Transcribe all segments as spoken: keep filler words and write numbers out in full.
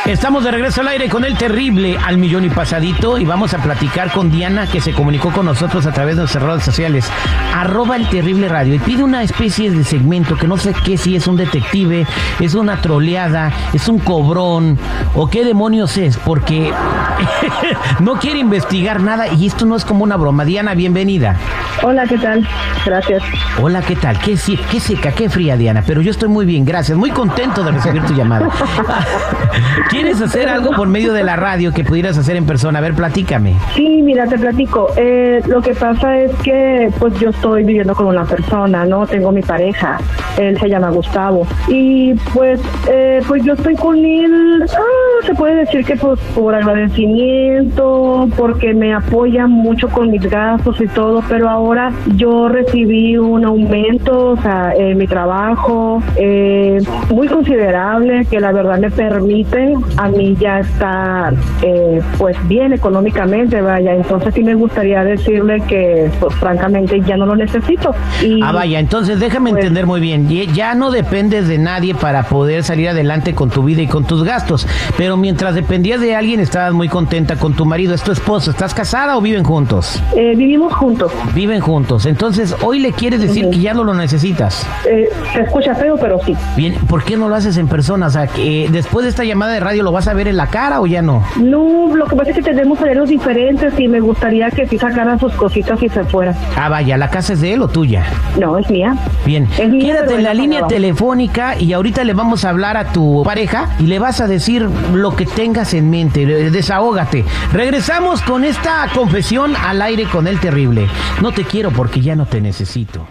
Estamos de regreso al aire con el terrible al millón y pasadito y vamos a platicar con Diana, que se comunicó con nosotros a través de nuestras redes sociales, arroba el terrible radio, y pide una especie de segmento que no sé qué, si es un detective, es una troleada, es un cobrón o qué demonios es, porque no quiere investigar nada y esto no es como una broma. Diana, bienvenida. Hola, ¿qué tal? Gracias. Hola, ¿qué tal? Qué, qué seca, qué fría, Diana, pero yo estoy muy bien, gracias, muy contento de recibir tu llamada. ¿Quieres hacer algo por medio de la radio que pudieras hacer en persona? A ver, platícame. Sí, mira, te platico. Eh, lo que pasa es que pues yo estoy viviendo con una persona, ¿no? Tengo mi pareja, él se llama Gustavo. Y pues, eh, pues yo estoy con él, ah, se puede decir que pues por agradecimiento, porque me apoya mucho con mis gastos y todo, pero ahora yo recibí un aumento, o sea, en mi trabajo, eh, muy considerable, que la verdad me permite a mí ya estar eh, pues bien económicamente, vaya. Entonces sí me gustaría decirle que pues francamente ya no lo necesito. Y, ah, vaya, entonces déjame pues, entender muy bien, ya no dependes de nadie para poder salir adelante con tu vida y con tus gastos, pero mientras dependías de alguien estabas muy contenta con tu marido, es tu esposo. ¿Estás casada o viven juntos? Eh, vivimos juntos. Viven juntos, entonces hoy le quieres decir uh-huh. que ya no lo necesitas. Eh, se escucha feo, pero sí. Bien, ¿por qué no lo haces en persona? O sea, que eh, después de esta llamada de radio, ¿lo vas a ver en la cara o ya no? No, lo que pasa es que tenemos horarios diferentes y me gustaría que sí sacara sus cositas y se fuera. Ah, vaya, ¿la casa es de él o tuya? No, es mía. Bien, es mía, quédate en la línea no. telefónica y ahorita le vamos a hablar a tu pareja y le vas a decir lo que tengas en mente, desahógate. Regresamos con esta confesión al aire con el terrible. No te quiero porque ya no te necesito.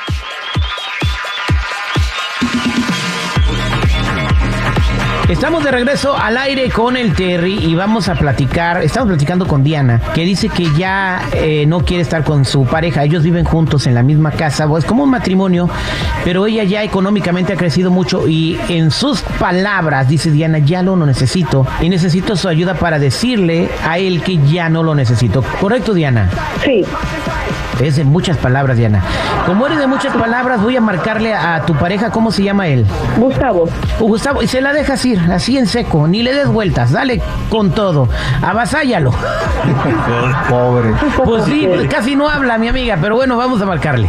Estamos de regreso al aire con el Terry y vamos a platicar, estamos platicando con Diana, que dice que ya eh, no quiere estar con su pareja. Ellos viven juntos en la misma casa, es como un matrimonio, pero ella ya económicamente ha crecido mucho y en sus palabras, dice Diana, ya no lo necesito y necesito su ayuda para decirle a él que ya no lo necesito. ¿Correcto, Diana? Sí. Es de muchas palabras, Diana. Como eres de muchas palabras, voy a marcarle a tu pareja. ¿Cómo se llama él? Gustavo. Uh, Gustavo, y se la dejas ir, así en seco, ni le des vueltas, dale con todo, avasállalo. Pobre. Pues sí, casi no habla mi amiga, pero bueno, vamos a marcarle.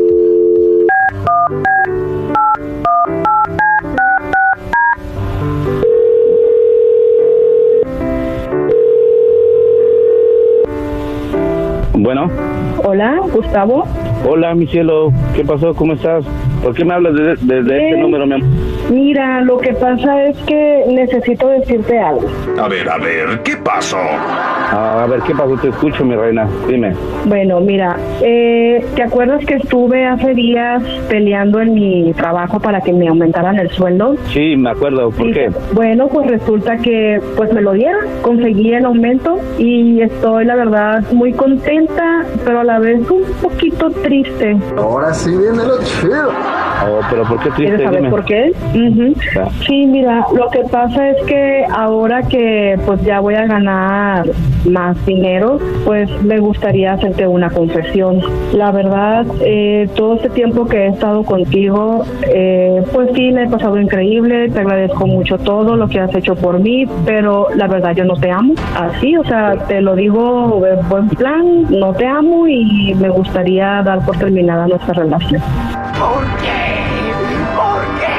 Bueno. Hola, Gustavo. Hola, mi cielo. ¿Qué pasó? ¿Cómo estás? ¿Por qué me hablas desde de, de este número, mi amor? Mira, lo que pasa es que necesito decirte algo. A ver, a ver, ¿qué pasó? Ah, a ver, ¿qué pasó? Te escucho, mi reina. Dime. Bueno, mira, eh, ¿te acuerdas que estuve hace días peleando en mi trabajo para que me aumentaran el sueldo? Sí, me acuerdo. ¿Por sí, qué? Bueno, pues resulta que pues me lo dieron, conseguí el aumento y estoy, la verdad, muy contenta, pero a la vez un poquito triste. Ahora sí viene lo chido. Oh, pero ¿por qué triste? ¿Quieres saber Dime. por qué? Uh-huh. Yeah. Sí, mira, lo que pasa es que ahora que pues ya voy a ganar más dinero, pues me gustaría hacerte una confesión. La verdad, eh, todo este tiempo que he estado contigo, eh, pues sí, me he pasado increíble, te agradezco mucho todo lo que has hecho por mí, pero la verdad yo no te amo, así, o sea, te lo digo en buen plan, no te amo y me gustaría dar por terminada nuestra relación. ¿Por qué? ¿Por qué?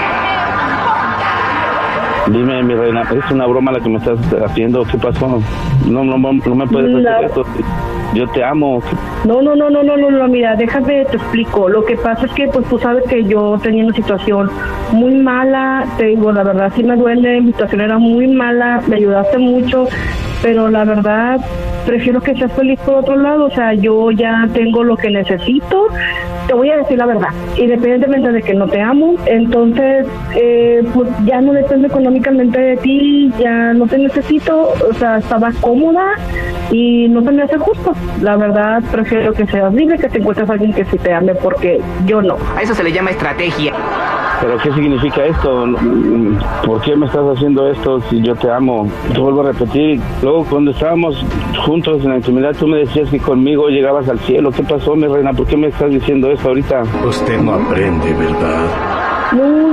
¿Por qué? Dime, mi reina, ¿es una broma la que me estás haciendo? ¿Qué pasó? No, no, no me puedes hacer la... esto. Yo te amo. No, no, no, no, no, no, no, mira, déjame, te explico. Lo que pasa es que, pues, tú sabes que yo tenía una situación muy mala, te digo, la verdad sí me duele, mi situación era muy mala, me ayudaste mucho, pero la verdad prefiero que seas feliz por otro lado, o sea, yo ya tengo lo que necesito, te voy a decir la verdad, independientemente de que no te amo, entonces, eh, pues ya no dependo económicamente de ti, ya no te necesito, o sea, estaba cómoda y no se me hace justo, la verdad prefiero que seas libre, que te encuentres a alguien que sí te ame, porque yo no. A eso se le llama estrategia. ¿Pero qué significa esto? ¿Por qué me estás haciendo esto si yo te amo? Te vuelvo a repetir. Luego, cuando estábamos juntos en la intimidad, tú me decías que conmigo llegabas al cielo. ¿Qué pasó, mi reina? ¿Por qué me estás diciendo esto ahorita? Usted no aprende, ¿verdad? No, no, no,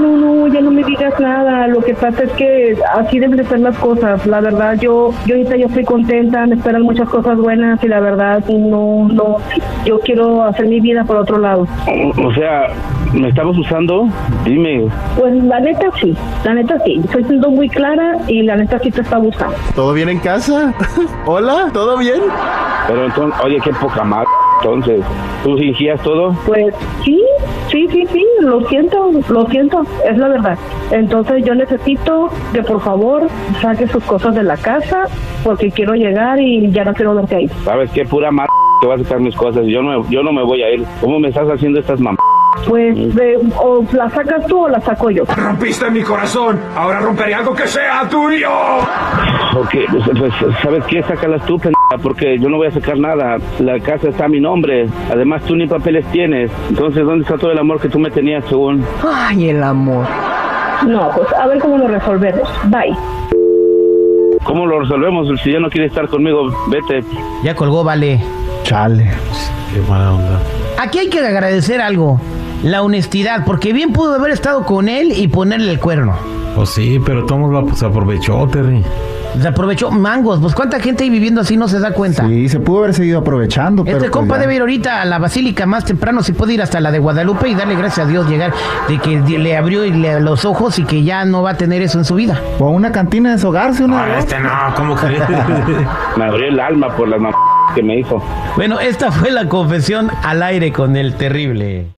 no, ya no me digas nada. Lo que pasa es que así deben de ser las cosas. La verdad, yo, yo ahorita yo estoy contenta, me esperan muchas cosas buenas y la verdad, no, no, yo quiero hacer mi vida por otro lado. O sea, ¿me estabas usando? Dime. Pues la neta sí, la neta sí. Estoy siendo muy clara y la neta sí te está buscando. ¿Todo bien en casa? ¿Hola? ¿Todo bien? Pero entonces, oye, qué poca madre. Entonces, ¿tú fingías todo? Pues sí, sí, sí, sí, lo siento, lo siento, es la verdad. Entonces yo necesito que por favor saque sus cosas de la casa porque quiero llegar y ya no quiero verte ahí. ¿Sabes qué? Pura madre que va a sacar mis cosas. Yo no, yo no me voy a ir. ¿Cómo me estás haciendo estas mamás? Pues de, o la sacas tú o la saco yo. Rompiste mi corazón. Ahora romperé algo que sea tuyo. Ok, pues, pues, ¿sabes qué? Sácalas tú, pendeja, porque yo no voy a sacar nada. La casa está a mi nombre. Además, tú ni papeles tienes. Entonces, ¿dónde está todo el amor que tú me tenías, según? Ay, el amor. No, pues a ver cómo lo resolvemos. Bye. ¿Cómo lo resolvemos? Si ya no quieres estar conmigo, vete. Ya colgó, vale. Chale. Qué mala onda. Aquí hay que agradecer algo. La honestidad, porque bien pudo haber estado con él y ponerle el cuerno. Pues sí, pero Tomo pues, se aprovechó, Terry. Se aprovechó mangos. Pues cuánta gente ahí viviendo así no se da cuenta. Sí, se pudo haber seguido aprovechando. Este pero compa pues ya. debe ir ahorita a la basílica más temprano, si puede ir hasta la de Guadalupe y darle gracias a Dios llegar, de que le abrió y le- los ojos y que ya no va a tener eso en su vida. O a una cantina deshogarse una Ah, vez. este no, ¿cómo crees? Me abrió el alma por las mamás que me hizo. Bueno, esta fue la confesión al aire con el terrible.